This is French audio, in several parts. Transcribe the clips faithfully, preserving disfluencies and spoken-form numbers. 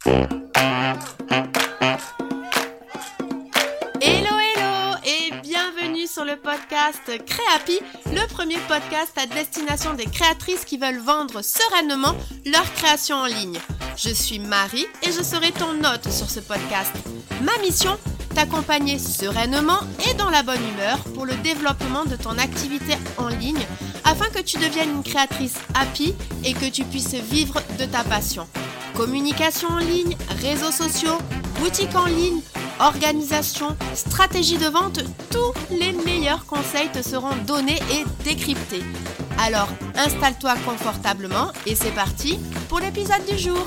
Hello hello et bienvenue sur le podcast Créapi, le premier podcast à destination des créatrices qui veulent vendre sereinement leur création en ligne. Je suis Marie et je serai ton hôte sur ce podcast. Ma mission, t'accompagner sereinement et dans la bonne humeur pour le développement de ton activité en ligne afin que tu deviennes une créatrice happy et que tu puisses vivre de ta passion. Communication en ligne, réseaux sociaux, boutique en ligne, organisation, stratégie de vente, tous les meilleurs conseils te seront donnés et décryptés. Alors, installe-toi confortablement et c'est parti pour l'épisode du jour.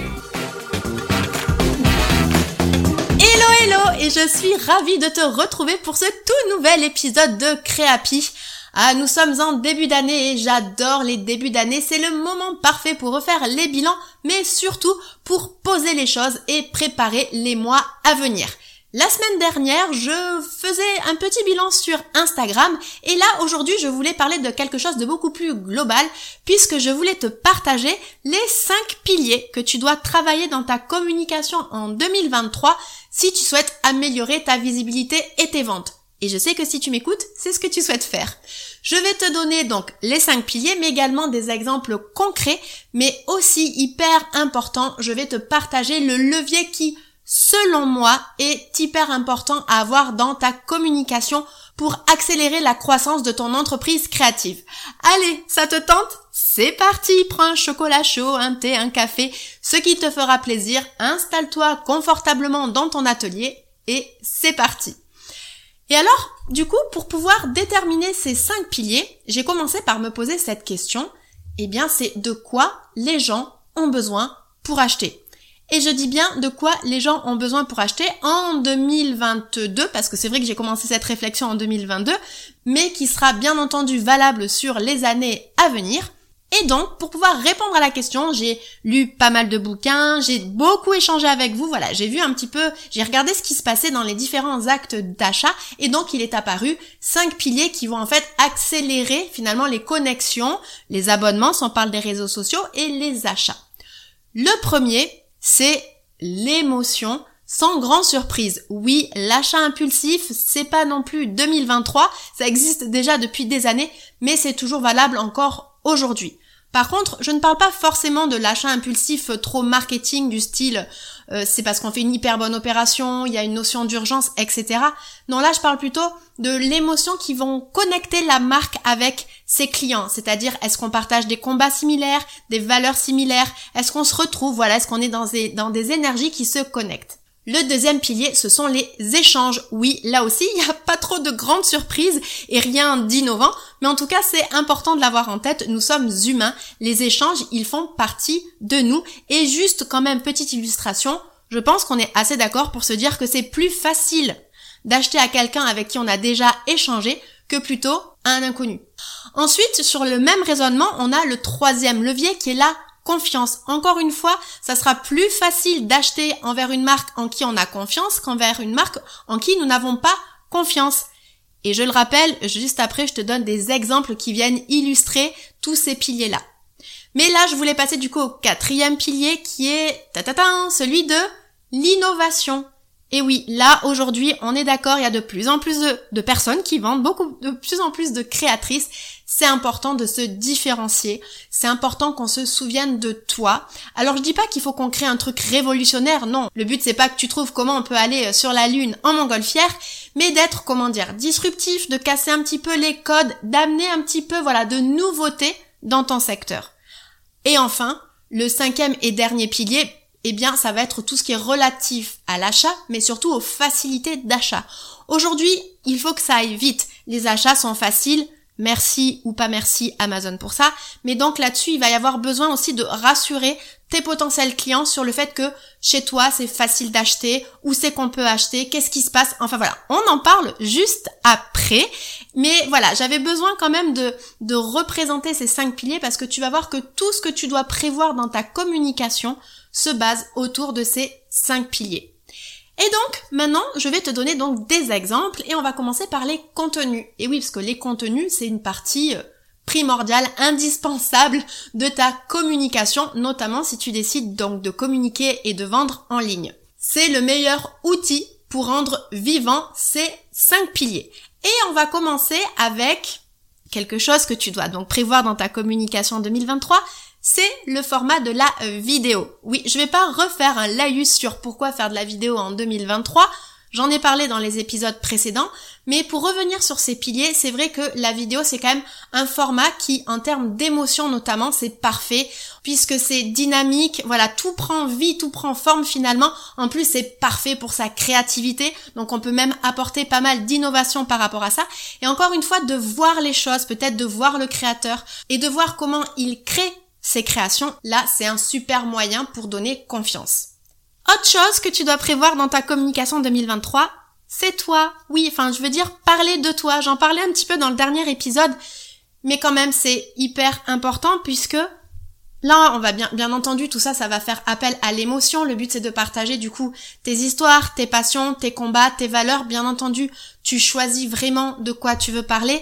Hello hello et je suis ravie de te retrouver pour ce tout nouvel épisode de Créapi. Ah, nous sommes en début d'année et j'adore les débuts d'année, c'est le moment parfait pour refaire les bilans, mais surtout pour poser les choses et préparer les mois à venir. La semaine dernière, je faisais un petit bilan sur Instagram et là, aujourd'hui, je voulais parler de quelque chose de beaucoup plus global puisque je voulais te partager les cinq piliers que tu dois travailler dans ta communication en deux mille vingt-trois si tu souhaites améliorer ta visibilité et tes ventes. Et je sais que si tu m'écoutes, c'est ce que tu souhaites faire. Je vais te donner donc les cinq piliers, mais également des exemples concrets, mais aussi hyper important, je vais te partager le levier qui, selon moi, est hyper important à avoir dans ta communication pour accélérer la croissance de ton entreprise créative. Allez, ça te tente ? C'est parti, prends un chocolat chaud, un thé, un café, ce qui te fera plaisir, installe-toi confortablement dans ton atelier et c'est parti. Et alors, du coup, pour pouvoir déterminer ces cinq piliers, j'ai commencé par me poser cette question. Eh bien, c'est de quoi les gens ont besoin pour acheter. Et je dis bien de quoi les gens ont besoin pour acheter en deux mille vingt-deux, parce que c'est vrai que j'ai commencé cette réflexion en deux mille vingt-deux, mais qui sera bien entendu valable sur les années à venir. Et donc, pour pouvoir répondre à la question, j'ai lu pas mal de bouquins, j'ai beaucoup échangé avec vous, voilà, j'ai vu un petit peu, j'ai regardé ce qui se passait dans les différents actes d'achat, et donc il est apparu cinq piliers qui vont en fait accélérer finalement les connexions, les abonnements, si on parle des réseaux sociaux, et les achats. Le premier, c'est l'émotion, sans grande surprise. Oui, l'achat impulsif, c'est pas non plus deux mille vingt-trois, ça existe déjà depuis des années, mais c'est toujours valable encore aujourd'hui. Par contre, je ne parle pas forcément de l'achat impulsif trop marketing du style euh, c'est parce qu'on fait une hyper bonne opération, il y a une notion d'urgence, et cetera. Non, là je parle plutôt de l'émotion qui vont connecter la marque avec ses clients, c'est-à-dire est-ce qu'on partage des combats similaires, des valeurs similaires, est-ce qu'on se retrouve, voilà, est-ce qu'on est dans des, dans des énergies qui se connectent. Le deuxième pilier, ce sont les échanges. Oui, là aussi, il n'y a pas trop de grandes surprises et rien d'innovant, mais en tout cas, c'est important de l'avoir en tête. Nous sommes humains. Les échanges, ils font partie de nous. Et juste quand même, petite illustration, je pense qu'on est assez d'accord pour se dire que c'est plus facile d'acheter à quelqu'un avec qui on a déjà échangé que plutôt à un inconnu. Ensuite, sur le même raisonnement, on a le troisième levier qui est là. Confiance. Encore une fois, ça sera plus facile d'acheter envers une marque en qui on a confiance qu'envers une marque en qui nous n'avons pas confiance. Et je le rappelle, juste après, je te donne des exemples qui viennent illustrer tous ces piliers-là. Mais là, je voulais passer du coup au quatrième pilier qui est ta-ta-ta, celui de l'innovation. Et oui, là, aujourd'hui, on est d'accord, il y a de plus en plus de, de personnes qui vendent, beaucoup, de plus en plus de créatrices. C'est important de se différencier. C'est important qu'on se souvienne de toi. Alors, je dis pas qu'il faut qu'on crée un truc révolutionnaire, non. Le but, c'est pas que tu trouves comment on peut aller sur la lune en montgolfière, mais d'être, comment dire, disruptif, de casser un petit peu les codes, d'amener un petit peu, voilà, de nouveautés dans ton secteur. Et enfin, le cinquième et dernier pilier, eh bien, ça va être tout ce qui est relatif à l'achat, mais surtout aux facilités d'achat. Aujourd'hui, il faut que ça aille vite. Les achats sont faciles. Merci ou pas merci Amazon pour ça. Mais donc là-dessus, il va y avoir besoin aussi de rassurer tes potentiels clients sur le fait que chez toi, c'est facile d'acheter, où c'est qu'on peut acheter, qu'est-ce qui se passe. Enfin voilà, on en parle juste après. Mais voilà, j'avais besoin quand même de, de représenter ces cinq piliers parce que tu vas voir que tout ce que tu dois prévoir dans ta communication se base autour de ces cinq piliers. Et donc, maintenant, je vais te donner donc des exemples et on va commencer par les contenus. Et oui, parce que les contenus, c'est une partie primordial, indispensable de ta communication, notamment si tu décides donc de communiquer et de vendre en ligne. C'est le meilleur outil pour rendre vivant ces cinq piliers. Et on va commencer avec quelque chose que tu dois donc prévoir dans ta communication en deux mille vingt-trois, c'est le format de la vidéo. Oui, je vais pas refaire un laïus sur pourquoi faire de la vidéo en deux mille vingt-trois, j'en ai parlé dans les épisodes précédents, mais pour revenir sur ces piliers, c'est vrai que la vidéo c'est quand même un format qui, en termes d'émotion notamment, c'est parfait, puisque c'est dynamique, voilà, tout prend vie, tout prend forme finalement, en plus c'est parfait pour sa créativité, donc on peut même apporter pas mal d'innovation par rapport à ça, et encore une fois, de voir les choses, peut-être de voir le créateur, et de voir comment il crée ces créations, là c'est un super moyen pour donner confiance. Autre chose que tu dois prévoir dans ta communication deux mille vingt-trois, c'est toi. Oui, enfin je veux dire parler de toi. J'en parlais un petit peu dans le dernier épisode, mais quand même c'est hyper important puisque là on va bien, bien entendu tout ça, ça va faire appel à l'émotion. Le but c'est de partager du coup tes histoires, tes passions, tes combats, tes valeurs. Bien entendu, tu choisis vraiment de quoi tu veux parler.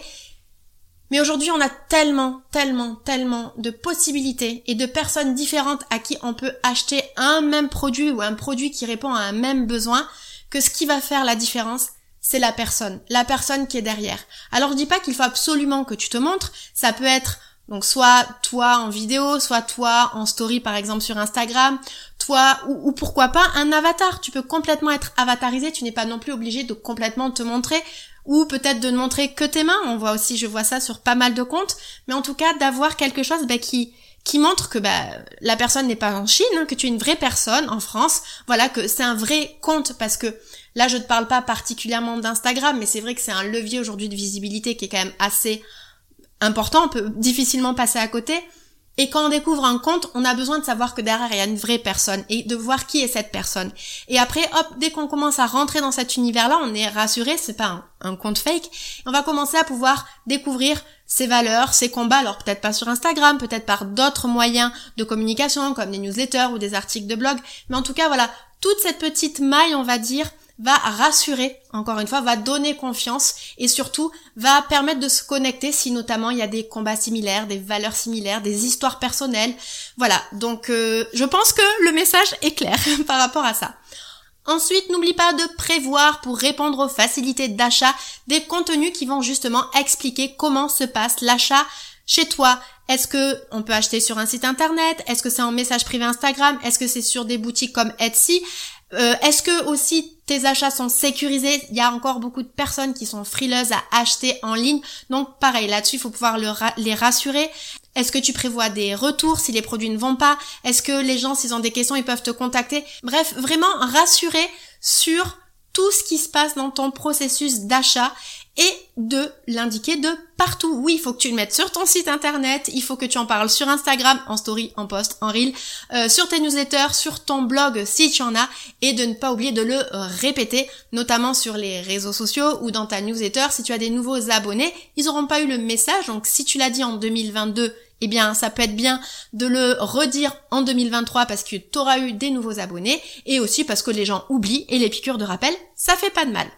Mais aujourd'hui, on a tellement, tellement, tellement de possibilités et de personnes différentes à qui on peut acheter un même produit ou un produit qui répond à un même besoin, que ce qui va faire la différence, c'est la personne, la personne qui est derrière. Alors je dis pas qu'il faut absolument que tu te montres, ça peut être donc soit toi en vidéo, soit toi en story par exemple sur Instagram, toi ou, ou pourquoi pas un avatar. Tu peux complètement être avatarisé, tu n'es pas non plus obligé de complètement te montrer. Ou peut-être de ne montrer que tes mains, on voit aussi, je vois ça sur pas mal de comptes, mais en tout cas d'avoir quelque chose bah, qui qui montre que bah, la personne n'est pas en Chine, hein, que tu es une vraie personne en France, voilà, que c'est un vrai compte, parce que là je ne te parle pas particulièrement d'Instagram, mais c'est vrai que c'est un levier aujourd'hui de visibilité qui est quand même assez important, on peut difficilement passer à côté. Et quand on découvre un compte, on a besoin de savoir que derrière il y a une vraie personne et de voir qui est cette personne. Et après, hop, dès qu'on commence à rentrer dans cet univers-là, on est rassuré, c'est pas un, un compte fake. On va commencer à pouvoir découvrir ses valeurs, ses combats, alors peut-être pas sur Instagram, peut-être par d'autres moyens de communication comme des newsletters ou des articles de blog. Mais en tout cas, voilà, toute cette petite maille, on va dire, va rassurer, encore une fois, va donner confiance et surtout va permettre de se connecter si notamment il y a des combats similaires, des valeurs similaires, des histoires personnelles. Voilà, donc euh, je pense que le message est clair par rapport à ça. Ensuite, n'oublie pas de prévoir pour répondre aux facilités d'achat des contenus qui vont justement expliquer comment se passe l'achat chez toi. Est-ce que on peut acheter sur un site internet? Est-ce que c'est en message privé Instagram? Est-ce que c'est sur des boutiques comme Etsy? Euh, est-ce que aussi tes achats sont sécurisés? Il y a encore beaucoup de personnes qui sont frileuses à acheter en ligne. Donc pareil, là-dessus, il faut pouvoir le ra- les rassurer. Est-ce que tu prévois des retours si les produits ne vont pas? Est-ce que les gens, s'ils ont des questions, ils peuvent te contacter? Bref, vraiment rassurer sur tout ce qui se passe dans ton processus d'achat et de l'indiquer de partout. Oui, il faut que tu le mettes sur ton site internet, il faut que tu en parles sur Instagram, en story, en post, en reel, euh, sur tes newsletters, sur ton blog si tu en as, et de ne pas oublier de le répéter, notamment sur les réseaux sociaux ou dans ta newsletter. Si tu as des nouveaux abonnés, ils n'auront pas eu le message, donc si tu l'as dit en deux mille vingt-deux, eh bien ça peut être bien de le redire en deux mille vingt-trois parce que tu auras eu des nouveaux abonnés, et aussi parce que les gens oublient, et les piqûres de rappel, ça fait pas de mal.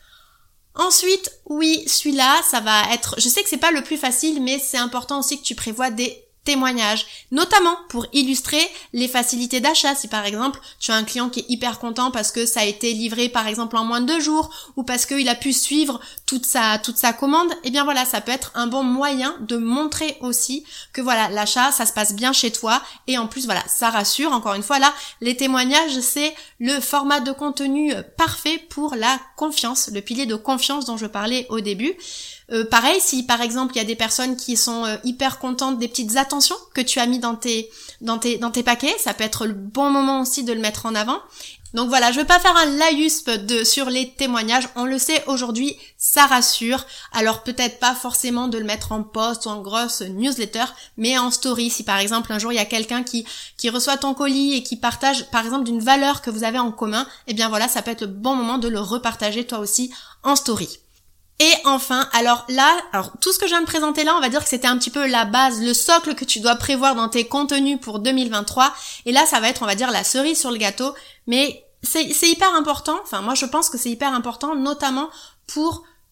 Ensuite, oui, celui-là, ça va être, je sais que c'est pas le plus facile, mais c'est important aussi que tu prévois des témoignages, notamment pour illustrer les facilités d'achat. Si par exemple, tu as un client qui est hyper content parce que ça a été livré par exemple en moins de deux jours, ou parce qu'il a pu suivre toute sa toute sa commande, eh bien voilà, ça peut être un bon moyen de montrer aussi que voilà, l'achat, ça se passe bien chez toi, et en plus voilà, ça rassure. Encore une fois, là, les témoignages, c'est le format de contenu parfait pour la confiance, le pilier de confiance dont je parlais au début. Euh, pareil, si par exemple il y a des personnes qui sont euh, hyper contentes des petites attentions que tu as mis dans tes dans tes dans tes paquets, ça peut être le bon moment aussi de le mettre en avant. Donc voilà, je vais pas faire un laïus de sur les témoignages, on le sait aujourd'hui, ça rassure. Alors peut-être pas forcément de le mettre en post ou en grosse newsletter, mais en story. Si par exemple un jour il y a quelqu'un qui qui reçoit ton colis et qui partage par exemple d'une valeur que vous avez en commun, eh bien voilà, ça peut être le bon moment de le repartager toi aussi en story. Et enfin, alors là, alors tout ce que je viens de présenter là, on va dire que c'était un petit peu la base, le socle que tu dois prévoir dans tes contenus pour deux mille vingt-trois. Et là, ça va être, on va dire, la cerise sur le gâteau. Mais c'est, c'est hyper important, enfin moi je pense que c'est hyper important, notamment pour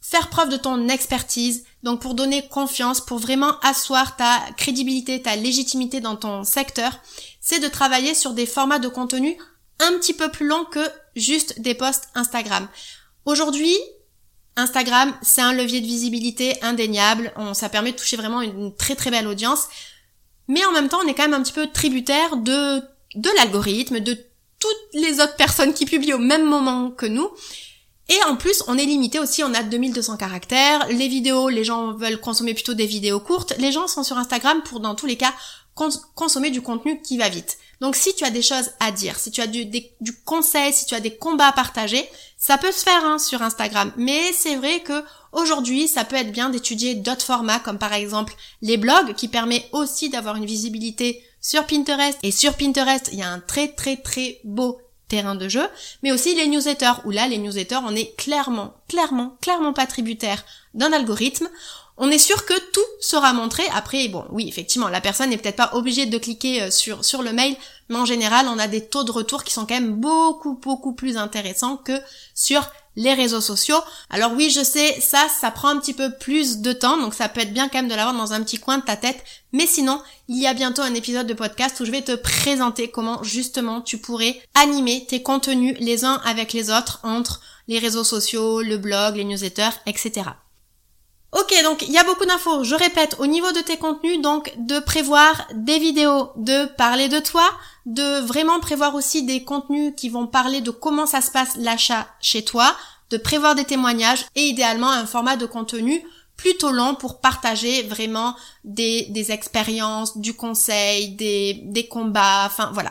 faire preuve de ton expertise, donc pour donner confiance, pour vraiment asseoir ta crédibilité, ta légitimité dans ton secteur, c'est de travailler sur des formats de contenu un petit peu plus longs que juste des posts Instagram. Aujourd'hui, Instagram, c'est un levier de visibilité indéniable, on, ça permet de toucher vraiment une, une très très belle audience, mais en même temps, on est quand même un petit peu tributaire de, de l'algorithme, de toutes les autres personnes qui publient au même moment que nous. Et en plus, on est limité aussi, on a deux mille deux cents caractères, les vidéos, les gens veulent consommer plutôt des vidéos courtes, les gens sont sur Instagram pour, dans tous les cas, cons- consommer du contenu qui va vite. Donc si tu as des choses à dire, si tu as du, des, du conseil, si tu as des combats à partager, ça peut se faire hein, sur Instagram. Mais c'est vrai que aujourd'hui, ça peut être bien d'étudier d'autres formats, comme par exemple les blogs, qui permet aussi d'avoir une visibilité sur Pinterest. Et sur Pinterest, il y a un très très très beau terrain de jeu, mais aussi les newsletters, où là, les newsletters, on est clairement, clairement, clairement pas tributaire d'un algorithme. On est sûr que tout sera montré. Après, bon, oui, effectivement, la personne n'est peut-être pas obligée de cliquer sur sur le mail, mais en général, on a des taux de retour qui sont quand même beaucoup, beaucoup plus intéressants que sur les réseaux sociaux. Alors oui, je sais, ça, ça prend un petit peu plus de temps, donc ça peut être bien quand même de l'avoir dans un petit coin de ta tête. Mais sinon, il y a bientôt un épisode de podcast où je vais te présenter comment justement tu pourrais animer tes contenus les uns avec les autres entre les réseaux sociaux, le blog, les newsletters, et cetera. Ok, donc il y a beaucoup d'infos. Je répète, au niveau de tes contenus, donc de prévoir des vidéos, de parler de toi, de vraiment prévoir aussi des contenus qui vont parler de comment ça se passe l'achat chez toi, de prévoir des témoignages et idéalement un format de contenu plutôt long pour partager vraiment des, des expériences, du conseil, des, des combats, enfin voilà.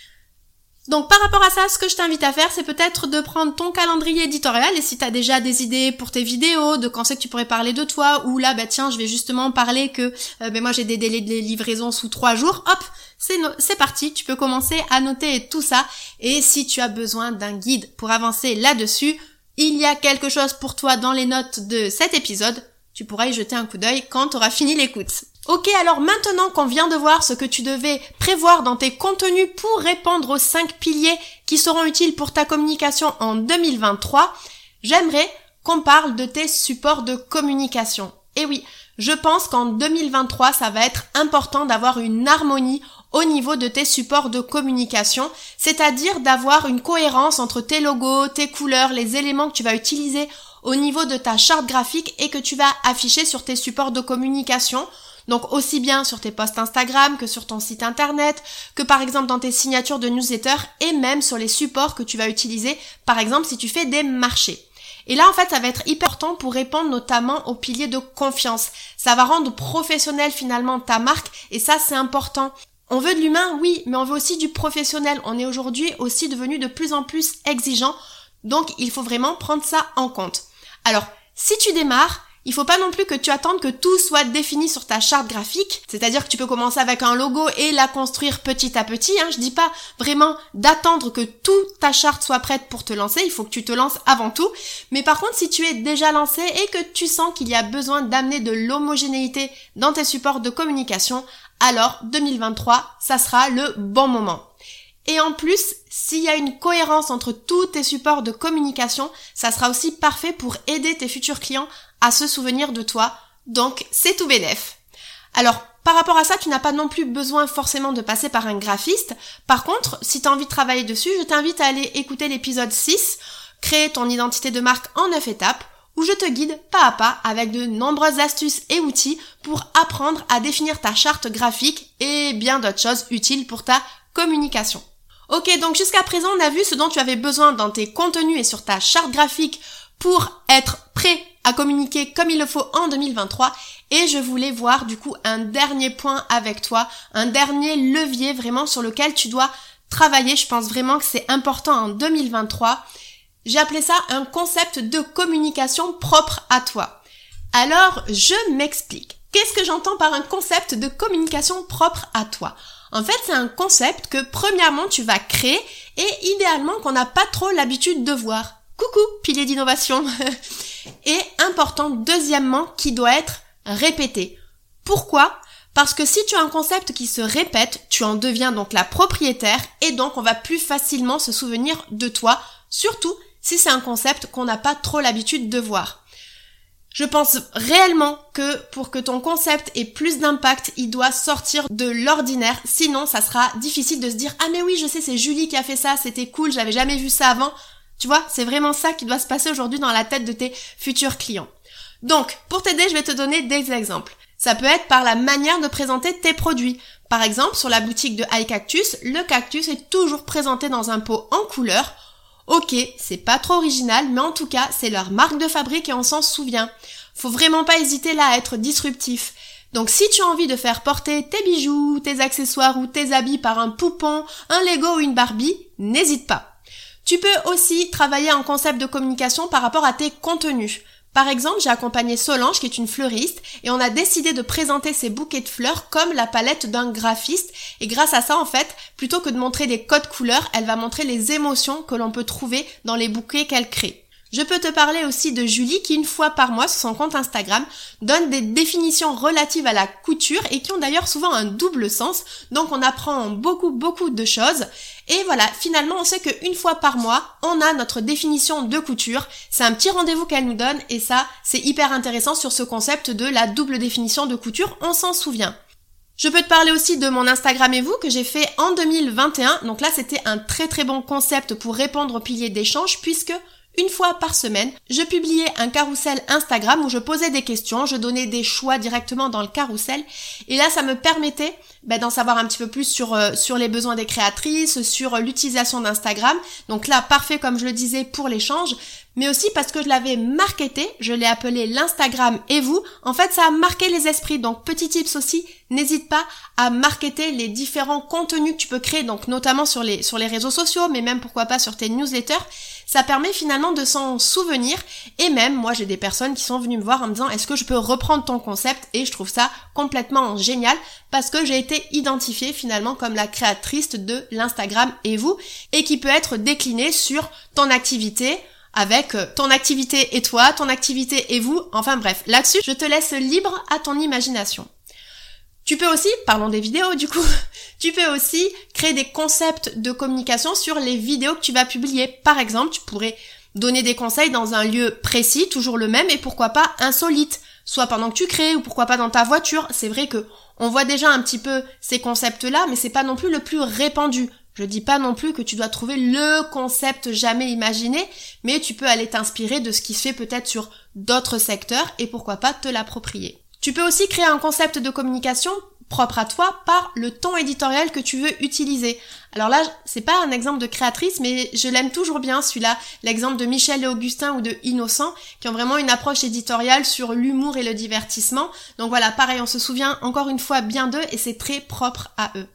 Donc par rapport à ça, ce que je t'invite à faire, c'est peut-être de prendre ton calendrier éditorial et si tu as déjà des idées pour tes vidéos, de quand c'est que tu pourrais parler de toi, ou là, bah tiens, je vais justement parler que euh, bah, moi j'ai des délais de livraison sous trois jours, hop, c'est, no- c'est parti, tu peux commencer à noter tout ça. Et si tu as besoin d'un guide pour avancer là-dessus, il y a quelque chose pour toi dans les notes de cet épisode, tu pourras y jeter un coup d'œil quand tu auras fini l'écoute. Ok, alors maintenant qu'on vient de voir ce que tu devais prévoir dans tes contenus pour répondre aux cinq piliers qui seront utiles pour ta communication en deux mille vingt-trois, j'aimerais qu'on parle de tes supports de communication. Et oui, je pense qu'en deux mille vingt-trois, ça va être important d'avoir une harmonie au niveau de tes supports de communication, c'est-à-dire d'avoir une cohérence entre tes logos, tes couleurs, les éléments que tu vas utiliser au niveau de ta charte graphique et que tu vas afficher sur tes supports de communication. Donc aussi bien sur tes posts Instagram que sur ton site internet, que par exemple dans tes signatures de newsletter et même sur les supports que tu vas utiliser, par exemple si tu fais des marchés. Et là en fait ça va être hyper important pour répondre notamment au pilier de confiance. Ça va rendre professionnel finalement ta marque et ça c'est important. On veut de l'humain, oui, mais on veut aussi du professionnel. On est aujourd'hui aussi devenu de plus en plus exigeant, donc il faut vraiment prendre ça en compte. Alors, si tu démarres, il faut pas non plus que tu attendes que tout soit défini sur ta charte graphique, c'est-à-dire que tu peux commencer avec un logo et la construire petit à petit, hein. Je dis pas vraiment d'attendre que toute ta charte soit prête pour te lancer, il faut que tu te lances avant tout, mais par contre si tu es déjà lancé et que tu sens qu'il y a besoin d'amener de l'homogénéité dans tes supports de communication, alors deux mille vingt-trois, ça sera le bon moment. Et en plus, s'il y a une cohérence entre tous tes supports de communication, ça sera aussi parfait pour aider tes futurs clients à se souvenir de toi. Donc, c'est tout bénef. Alors, par rapport à ça, tu n'as pas non plus besoin forcément de passer par un graphiste. Par contre, si tu as envie de travailler dessus, je t'invite à aller écouter l'épisode six, Créer ton identité de marque en neuf étapes, où je te guide pas à pas avec de nombreuses astuces et outils pour apprendre à définir ta charte graphique et bien d'autres choses utiles pour ta communication. Ok, donc jusqu'à présent, on a vu ce dont tu avais besoin dans tes contenus et sur ta charte graphique pour être prêt à communiquer comme il le faut en deux mille vingt-trois. Et je voulais voir du coup un dernier point avec toi, un dernier levier vraiment sur lequel tu dois travailler. Je pense vraiment que c'est important en deux mille vingt-trois. J'ai appelé ça un concept de communication propre à toi. Alors, je m'explique. Qu'est-ce que j'entends par un concept de communication propre à toi ? En fait, c'est un concept que premièrement tu vas créer et idéalement qu'on n'a pas trop l'habitude de voir. Coucou, pilier d'innovation. Et important, deuxièmement, qui doit être répété. Pourquoi ? Parce que si tu as un concept qui se répète, tu en deviens donc la propriétaire et donc on va plus facilement se souvenir de toi, surtout si c'est un concept qu'on n'a pas trop l'habitude de voir. Je pense réellement que pour que ton concept ait plus d'impact, il doit sortir de l'ordinaire. Sinon, ça sera difficile de se dire « Ah mais oui, je sais, c'est Julie qui a fait ça, c'était cool, j'avais jamais vu ça avant. » Tu vois, c'est vraiment ça qui doit se passer aujourd'hui dans la tête de tes futurs clients. Donc, pour t'aider, je vais te donner des exemples. Ça peut être par la manière de présenter tes produits. Par exemple, sur la boutique de iCactus, le cactus est toujours présenté dans un pot en couleur. Ok, c'est pas trop original, mais en tout cas, c'est leur marque de fabrique et on s'en souvient. Faut vraiment pas hésiter là à être disruptif. Donc si tu as envie de faire porter tes bijoux, tes accessoires ou tes habits par un poupon, un Lego ou une Barbie, n'hésite pas. Tu peux aussi travailler un concept de communication par rapport à tes contenus. Par exemple, j'ai accompagné Solange qui est une fleuriste et on a décidé de présenter ses bouquets de fleurs comme la palette d'un graphiste et grâce à ça en fait, plutôt que de montrer des codes couleurs, elle va montrer les émotions que l'on peut trouver dans les bouquets qu'elle crée. Je peux te parler aussi de Julie qui une fois par mois sur son compte Instagram donne des définitions relatives à la couture et qui ont d'ailleurs souvent un double sens, donc on apprend beaucoup beaucoup de choses. Et voilà, finalement on sait qu'une fois par mois, on a notre définition de couture, c'est un petit rendez-vous qu'elle nous donne et ça c'est hyper intéressant sur ce concept de la double définition de couture, on s'en souvient. Je peux te parler aussi de mon Instagrammez-vous que j'ai fait en deux mille vingt et un, donc là c'était un très très bon concept pour répondre aux piliers d'échange puisque une fois par semaine, je publiais un carrousel Instagram où je posais des questions, je donnais des choix directement dans le carrousel et là ça me permettait bah, d'en savoir un petit peu plus sur euh, sur les besoins des créatrices, sur euh, l'utilisation d'Instagram. Donc là parfait comme je le disais pour l'échange, mais aussi parce que je l'avais marketé, je l'ai appelé l'Instagram et vous. En fait, ça a marqué les esprits. Donc petit tips aussi, n'hésite pas à marketer les différents contenus que tu peux créer, donc notamment sur les sur les réseaux sociaux, mais même pourquoi pas sur tes newsletters. Ça permet finalement de s'en souvenir et même moi j'ai des personnes qui sont venues me voir en me disant est-ce que je peux reprendre ton concept et je trouve ça complètement génial parce que j'ai été identifiée finalement comme la créatrice de l'Instagram et vous et qui peut être déclinée sur ton activité avec ton activité et toi, ton activité et vous, enfin bref, là-dessus je te laisse libre à ton imagination. Tu peux aussi, parlons des vidéos du coup, tu peux aussi créer des concepts de communication sur les vidéos que tu vas publier. Par exemple, tu pourrais donner des conseils dans un lieu précis, toujours le même, et pourquoi pas insolite, soit pendant que tu crées ou pourquoi pas dans ta voiture. C'est vrai que on voit déjà un petit peu ces concepts-là, mais c'est pas non plus le plus répandu. Je dis pas non plus que tu dois trouver le concept jamais imaginé, mais tu peux aller t'inspirer de ce qui se fait peut-être sur d'autres secteurs et pourquoi pas te l'approprier. Tu peux aussi créer un concept de communication propre à toi par le ton éditorial que tu veux utiliser. Alors là, c'est pas un exemple de créatrice, mais je l'aime toujours bien celui-là, l'exemple de Michel et Augustin ou de Innocent, qui ont vraiment une approche éditoriale sur l'humour et le divertissement. Donc voilà, pareil, on se souvient encore une fois bien d'eux et c'est très propre à eux.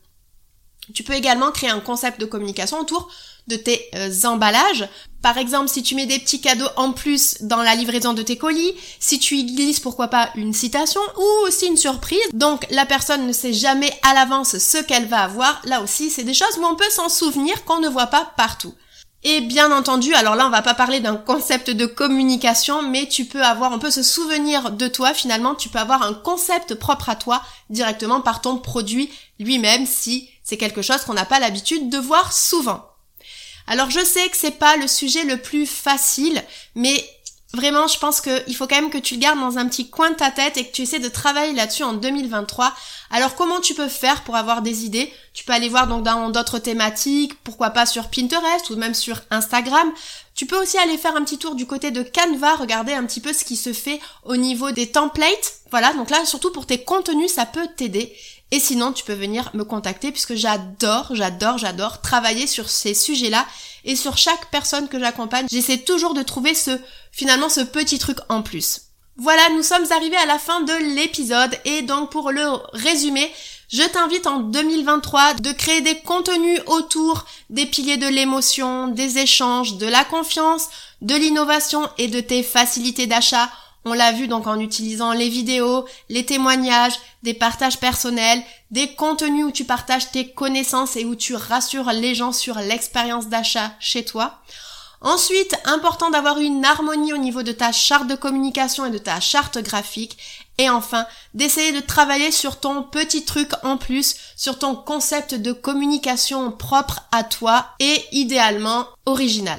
Tu peux également créer un concept de communication autour de tes euh, emballages. Par exemple, si tu mets des petits cadeaux en plus dans la livraison de tes colis, si tu y glisses pourquoi pas une citation ou aussi une surprise. Donc la personne ne sait jamais à l'avance ce qu'elle va avoir. Là aussi, c'est des choses où on peut s'en souvenir qu'on ne voit pas partout. Et bien entendu, alors là on va pas parler d'un concept de communication, mais tu peux avoir, on peut se souvenir de toi finalement, tu peux avoir un concept propre à toi directement par ton produit lui-même si c'est quelque chose qu'on n'a pas l'habitude de voir souvent. Alors je sais que c'est pas le sujet le plus facile, mais vraiment je pense qu'il faut quand même que tu le gardes dans un petit coin de ta tête et que tu essaies de travailler là-dessus en deux mille vingt-trois. Alors comment tu peux faire pour avoir des idées? Tu peux aller voir donc dans d'autres thématiques, pourquoi pas sur Pinterest ou même sur Instagram. Tu peux aussi aller faire un petit tour du côté de Canva, regarder un petit peu ce qui se fait au niveau des templates. Voilà, donc là surtout pour tes contenus ça peut t'aider. Et sinon, tu peux venir me contacter puisque j'adore, j'adore, j'adore travailler sur ces sujets-là. Et sur chaque personne que j'accompagne, j'essaie toujours de trouver ce, finalement, ce petit truc en plus. Voilà, nous sommes arrivés à la fin de l'épisode. Et donc, pour le résumer, je t'invite en deux mille vingt-trois de créer des contenus autour des piliers de l'émotion, des échanges, de la confiance, de l'innovation et de tes facilités d'achat. On l'a vu donc en utilisant les vidéos, les témoignages, des partages personnels, des contenus où tu partages tes connaissances et où tu rassures les gens sur l'expérience d'achat chez toi. Ensuite, important d'avoir une harmonie au niveau de ta charte de communication et de ta charte graphique. Et enfin, d'essayer de travailler sur ton petit truc en plus, sur ton concept de communication propre à toi et idéalement original.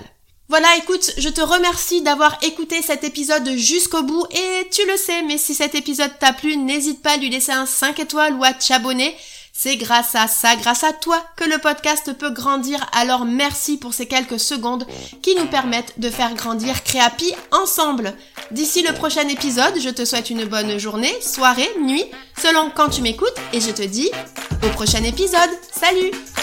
Voilà, écoute, je te remercie d'avoir écouté cet épisode jusqu'au bout et tu le sais, mais si cet épisode t'a plu, n'hésite pas à lui laisser un cinq étoiles ou à t'abonner. C'est grâce à ça, grâce à toi, que le podcast peut grandir, alors merci pour ces quelques secondes qui nous permettent de faire grandir Créapi ensemble. D'ici le prochain épisode, je te souhaite une bonne journée, soirée, nuit, selon quand tu m'écoutes et je te dis au prochain épisode. Salut!